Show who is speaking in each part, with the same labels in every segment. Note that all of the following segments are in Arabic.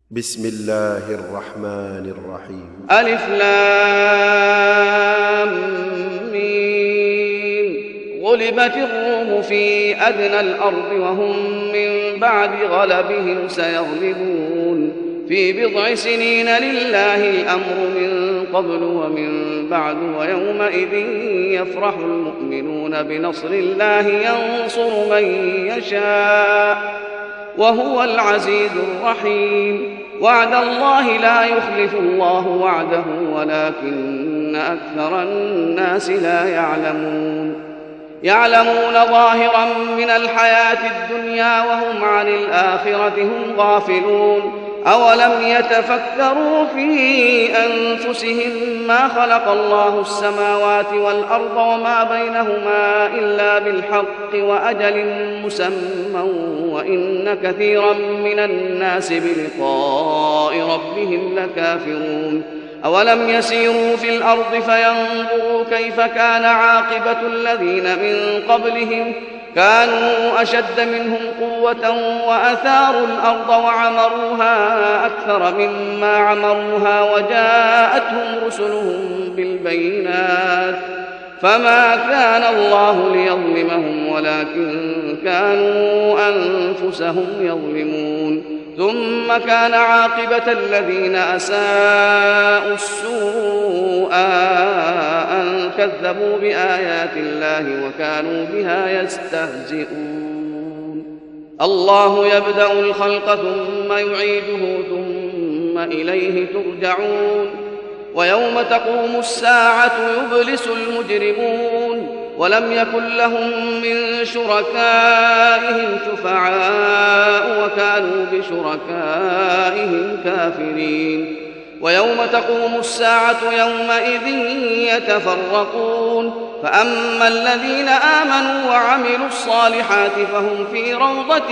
Speaker 1: بسم الله الرحمن الرحيم.
Speaker 2: ألف لام ميم. غلبت الروم في أدنى الأرض وهم من بعد غلبهم سيغلبون في بضع سنين لله الأمر من قبل ومن بعد ويومئذ يفرح المؤمنون بنصر الله ينصر من يشاء وهو العزيز الرحيم. وعد الله لا يخلف الله وعده ولكن أكثر الناس لا يعلمون ظاهرا من الحياة الدنيا وهم عن الآخرة هم غافلون. أولم يتفكروا في أنفسهم ما خلق الله السماوات والأرض وما بينهما إلا بالحق وأجل مسمى وإن كثيرا من الناس بلقاء ربهم لكافرون. أولم يسيروا في الأرض فينظروا كيف كان عاقبة الذين من قبلهم كانوا أشد منهم قوة وأثاروا الأرض وعمروها أكثر مما عمروها وجاءتهم رسلهم بالبينات فما كان الله ليظلمهم ولكن كانوا أنفسهم يظلمون. ثم كان عاقبة الذين أساءوا السوء أن كذبوا بآيات الله وكانوا بها يستهزئون. الله يبدأ الخلق ثم يعيده ثم إليه ترجعون. ويوم تقوم الساعة يبلس المجرمون ولم يكن لهم من شركائهم شفعاء وكانوا بشركائهم كافرين. ويوم تقوم الساعة يومئذ يتفرقون فأما الذين آمنوا وعملوا الصالحات فهم في روضة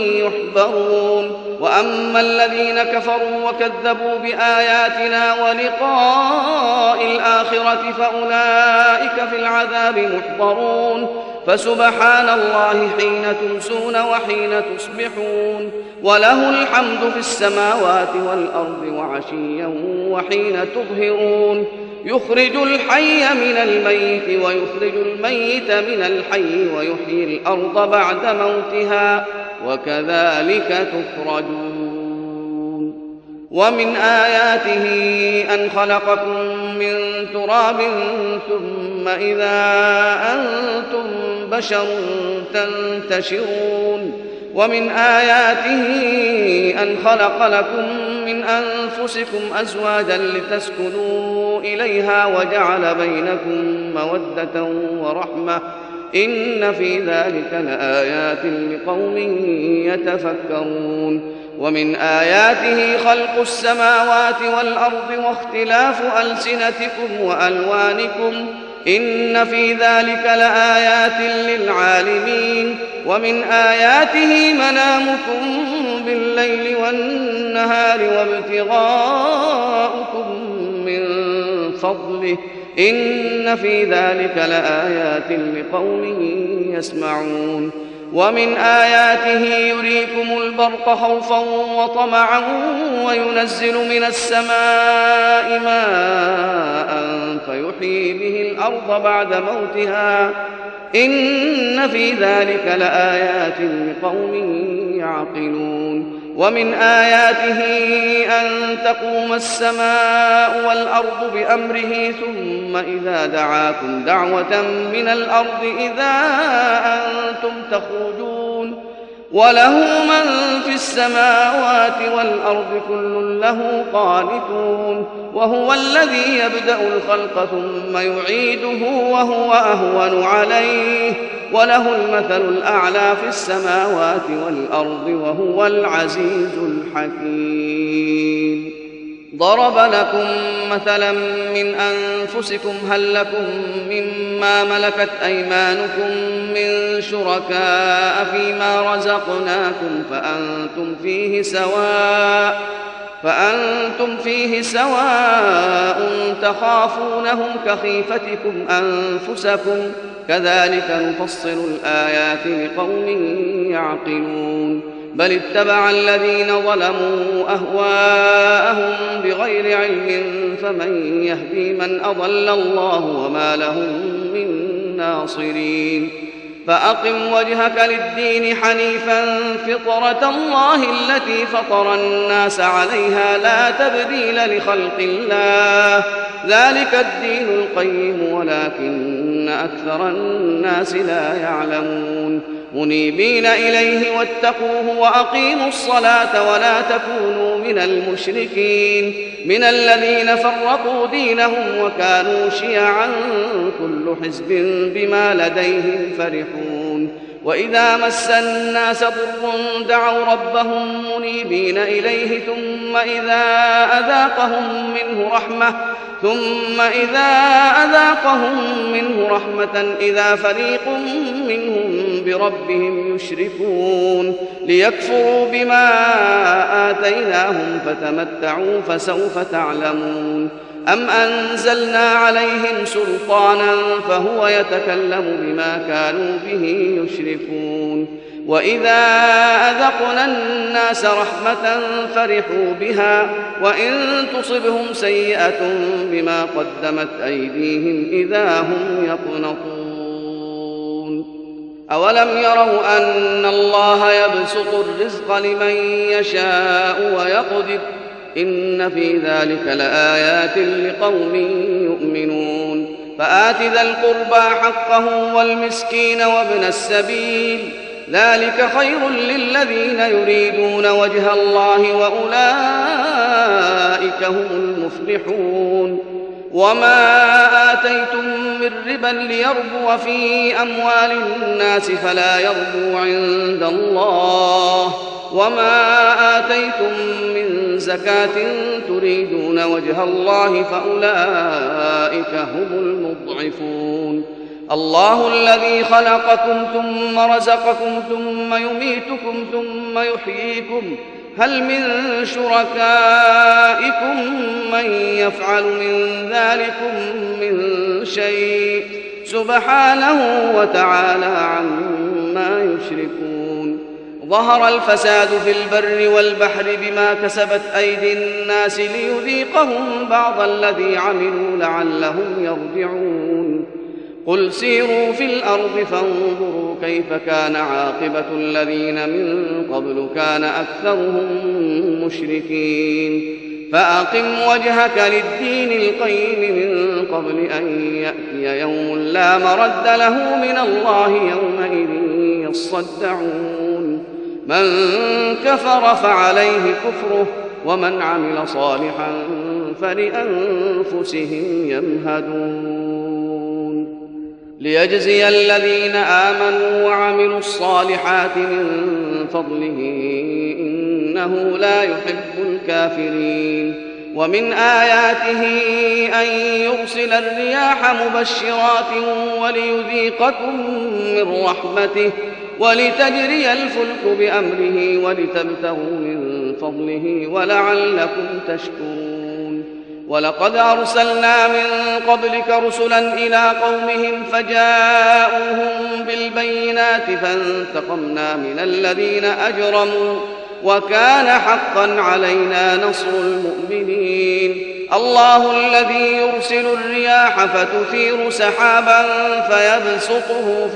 Speaker 2: يحبرون وأما الذين كفروا وكذبوا بآياتنا ولقاء الآخرة فأولئك في العذاب محضرون. فسبحان الله حين تمسون وحين تصبحون وله الحمد في السماوات والأرض وعشيا وحين تظهرون. يخرج الحي من الميت ويخرج الميت من الحي ويحيي الأرض بعد موتها وكذلك تخرجون. ومن آياته أن خلقكم من تراب ثم إذا أنتم بشر تنتشرون. ومن آياته أن خلق لكم من أنفسكم أزواجا لتسكنوا إليها وجعل بينكم مودة ورحمة إن في ذلك لآيات لقوم يتفكرون. ومن آياته خلق السماوات والأرض واختلاف ألسنتكم وألوانكم إن في ذلك لآيات للعالمين. ومن آياته منامكم بالليل والنهار وابتغاؤكم من فضله إن في ذلك لآيات لقوم يسمعون. ومن آياته يريكم البرق خوفا وطمعا وينزل من السماء ماء فيحيي به الأرض بعد موتها إن في ذلك لآيات لقوم يعقلون. ومن آياته أن تقوم السماء والأرض بأمره ثم إذا دعاكم دعوة من الأرض إذا أنتم تخرجون. وله من في السماوات والأرض كل له قانتون. وهو الذي يبدأ الخلق ثم يعيده وهو أهون عليه وله المثل الأعلى في السماوات والأرض وهو العزيز الحكيم. ضرب لكم مثلا من أنفسكم هل لكم مما ملكت أيمانكم من شركاء فيما رزقناكم فأنتم فيه سواء تخافونهم كخيفتكم أنفسكم كذلك نفصل الآيات لقوم يعقلون. بل اتبع الذين ظلموا أهواءهم بغير علم فمن يهدي من أضل الله وما لهم من ناصرين فأقم وجهك للدين حنيفا فطرة الله التي فطر الناس عليها لا تبديل لخلق الله ذلك الدين القيم ولكن أكثر الناس لا يعلمون منيبين إليه واتقوه وأقيموا الصلاة ولا تكونوا من المشركين من الذين فرقوا دينهم وكانوا شيعا كل حزب بما لديهم فرحون وإذا مس الناس ضر دعوا ربهم منيبين إليه ثم إذا أذاقهم منه رحمة إذا فريق منهم بربهم يشركون ليكفروا بما آتيناهم فتمتعوا فسوف تعلمون أم أنزلنا عليهم سلطانا فهو يتكلم بما كانوا به يشركون وإذا أذقنا الناس رحمة فرحوا بها وإن تصبهم سيئة بما قدمت أيديهم إذا هم يقنطون أولم يروا أن الله يبسط الرزق لمن يشاء ويقدر إن في ذلك لآيات لقوم يؤمنون فآت ذا القربى حقه والمسكين وابن السبيل ذلك خير للذين يريدون وجه الله وأولئك هم المفلحون وما آتيتم من ربا ليربو في أموال الناس فلا يربو عند الله وما آتيتم من زكاة تريدون وجه الله فأولئك هم المضعفون الله الذي خلقكم ثم رزقكم ثم يميتكم ثم يحييكم هل من شركائكم من يفعل من ذلكم من شيء سبحانه وتعالى عما يشركون ظهر الفساد في البر والبحر بما كسبت أيدي الناس ليذيقهم بعض الذي عملوا لعلهم يرجعون قل سيروا في الأرض فانظروا كيف كان عاقبة الذين من قبل كان أكثرهم مشركين فأقم وجهك للدين القيم من قبل أن يأتي يوم لا مرد له من الله يومئذ يصدعون من كفر فعليه كفره ومن عمل صالحا فلأنفسهم يمهدون ليجزي الذين آمنوا وعملوا الصالحات من فضله إنه لا يحب الكافرين ومن آياته أن يرسل الرياح مبشرات وليذيقكم من رحمته ولتجري الفلك بأمره ولتبتغوا من فضله ولعلكم تشكرون ولقد أرسلنا من قبلك رسلا إلى قومهم فجاءوهم بالبينات فانتقمنا من الذين أجرموا وكان حقا علينا نصر المؤمنين الله الذي يرسل الرياح فتثير سحابا فيبسطه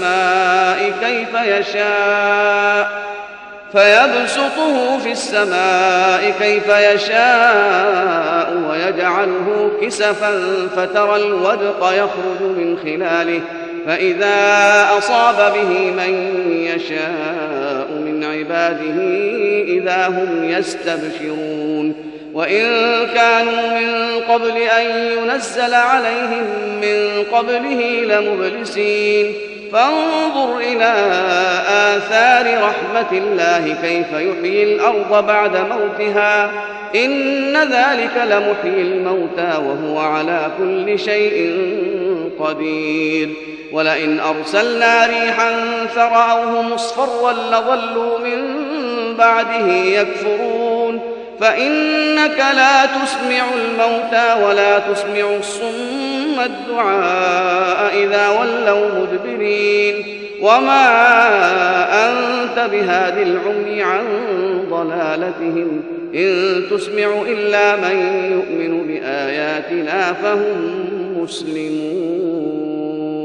Speaker 2: في السماء كيف يشاء ويجعله كسفا فترى الودق يخرج من خلاله فإذا أصاب به من يشاء من عباده إذا هم يستبشرون وإن كانوا من قبل أن ينزل عليهم من قبله لمبلسين فانظر إلى آثار رحمة الله كيف يحيي الأرض بعد موتها إن ذلك لمحيي الموتى وهو على كل شيء قدير ولئن أرسلنا ريحا فرأوه مصفرا لظلوا من بعده يكفرون فإنك لا تسمع الموتى ولا تسمع الصم الدعاء إذا ولوا مدبرين وما أنت بهاد العمي عن ضلالتهم إن تسمع إلا من يؤمن بآياتنا فهم مسلمون.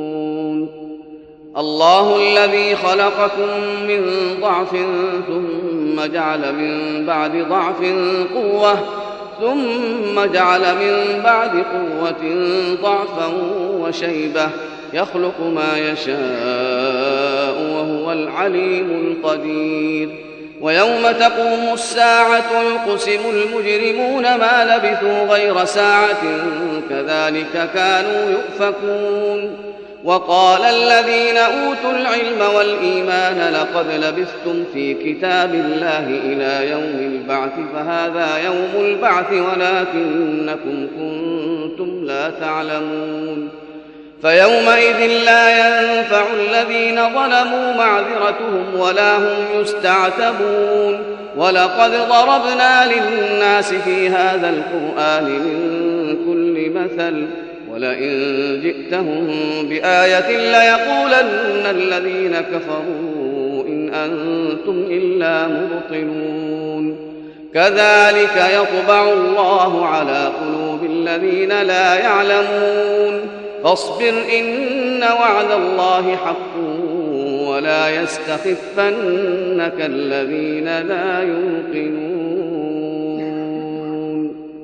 Speaker 2: الله الذي خلقكم من ضعف ثم جعل من بعد ضعف قوة ثم جعل من بعد قوة ضعفا وشيبة يخلق ما يشاء وهو العليم القدير. ويوم تقوم الساعة يقسم المجرمون ما لبثوا غير ساعة كذلك كانوا يؤفكون. وقال الذين أوتوا العلم والإيمان لقد لبثتم في كتاب الله إلى يوم البعث فهذا يوم البعث ولكنكم كنتم لا تعلمون. فيومئذ لا ينفع الذين ظلموا معذرتهم ولا هم يستعتبون. ولقد ضربنا للناس في هذا القرآن من كل مثل ولئن جئتهم بآية ليقولن الذين كفروا إن أنتم إلا مبطلون. كذلك يطبع الله على قلوب الذين لا يعلمون. فاصبر إن وعد الله حق ولا يستخفنك الذين لا يوقنون.